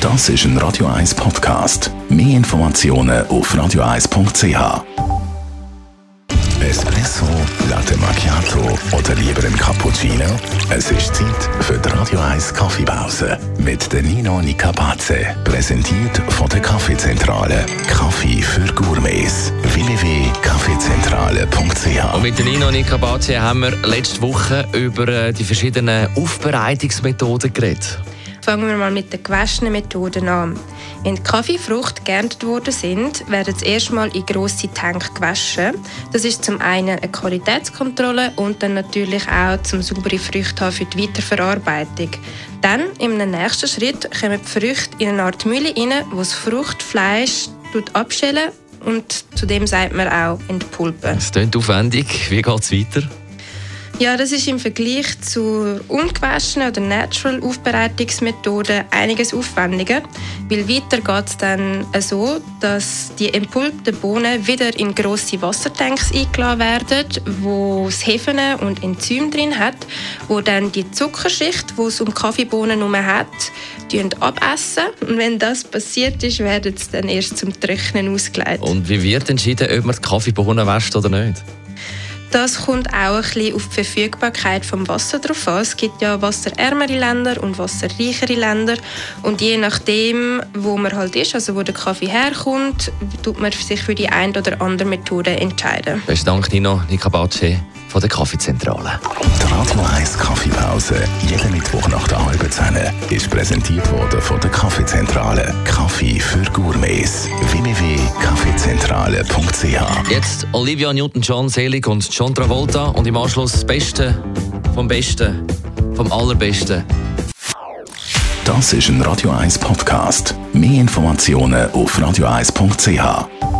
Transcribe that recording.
Das ist ein Radio 1 Podcast. Mehr Informationen auf radio1.ch. Espresso, Latte Macchiato oder lieber ein Cappuccino? Es ist Zeit für die Radio 1 Kaffeepause mit der Nino Nicapace. Präsentiert von der Kaffeezentrale. Kaffee für Gourmets. www.kaffeezentrale.ch. Und mit der Nino Nicapace haben wir letzte Woche über die verschiedenen Aufbereitungsmethoden geredet. Fangen wir mal mit den gewaschenen Methoden an. Wenn die Kaffeefrüchte geerntet worden sind, werden sie erstmal in grosse Tanks gewaschen. Das ist zum einen eine Qualitätskontrolle und dann natürlich auch, um saubere Früchte haben für die Weiterverarbeitung. Dann, im nächsten Schritt, kommen die Früchte in eine Art Mühle rein, wo das Fruchtfleisch abschälen und zudem sagt man auch entpulpen. Das klingt aufwendig. Wie geht es weiter? Ja, das ist im Vergleich zur ungewaschenen oder natural Aufbereitungsmethoden einiges aufwendiger, weil weiter geht es dann so, dass die entpulpten Bohnen wieder in grosse Wassertanks eingeladen werden, wo es Hefen und Enzyme drin hat, wo dann die Zuckerschicht, die es um Kaffeebohnen herum hat, abessen. Und wenn das passiert ist, werden sie dann erst zum Trocknen ausgelegt. Und wie wird entschieden, ob man die Kaffeebohnen wäscht oder nicht? Das kommt auch ein bisschen auf die Verfügbarkeit des Wassers drauf an. Es gibt ja wasserärmere Länder und wasserreichere Länder. Und je nachdem, wo man halt ist, also wo der Kaffee herkommt, tut man sich für die eine oder andere Methode entscheiden. Besten Dank, Nino Nicapace von der Kaffeezentrale. Die Radio 1 Kaffeepause, jeden Mittwoch nach der halben 10 ist präsentiert worden von der Kaffeezentrale. Kaffee für Gourmets. www.kaffeezentrale.ch. Jetzt Olivia Newton-John, Selig und John Travolta und im Anschluss das Beste, vom Allerbesten. Das ist ein Radio 1 Podcast. Mehr Informationen auf radio1.ch.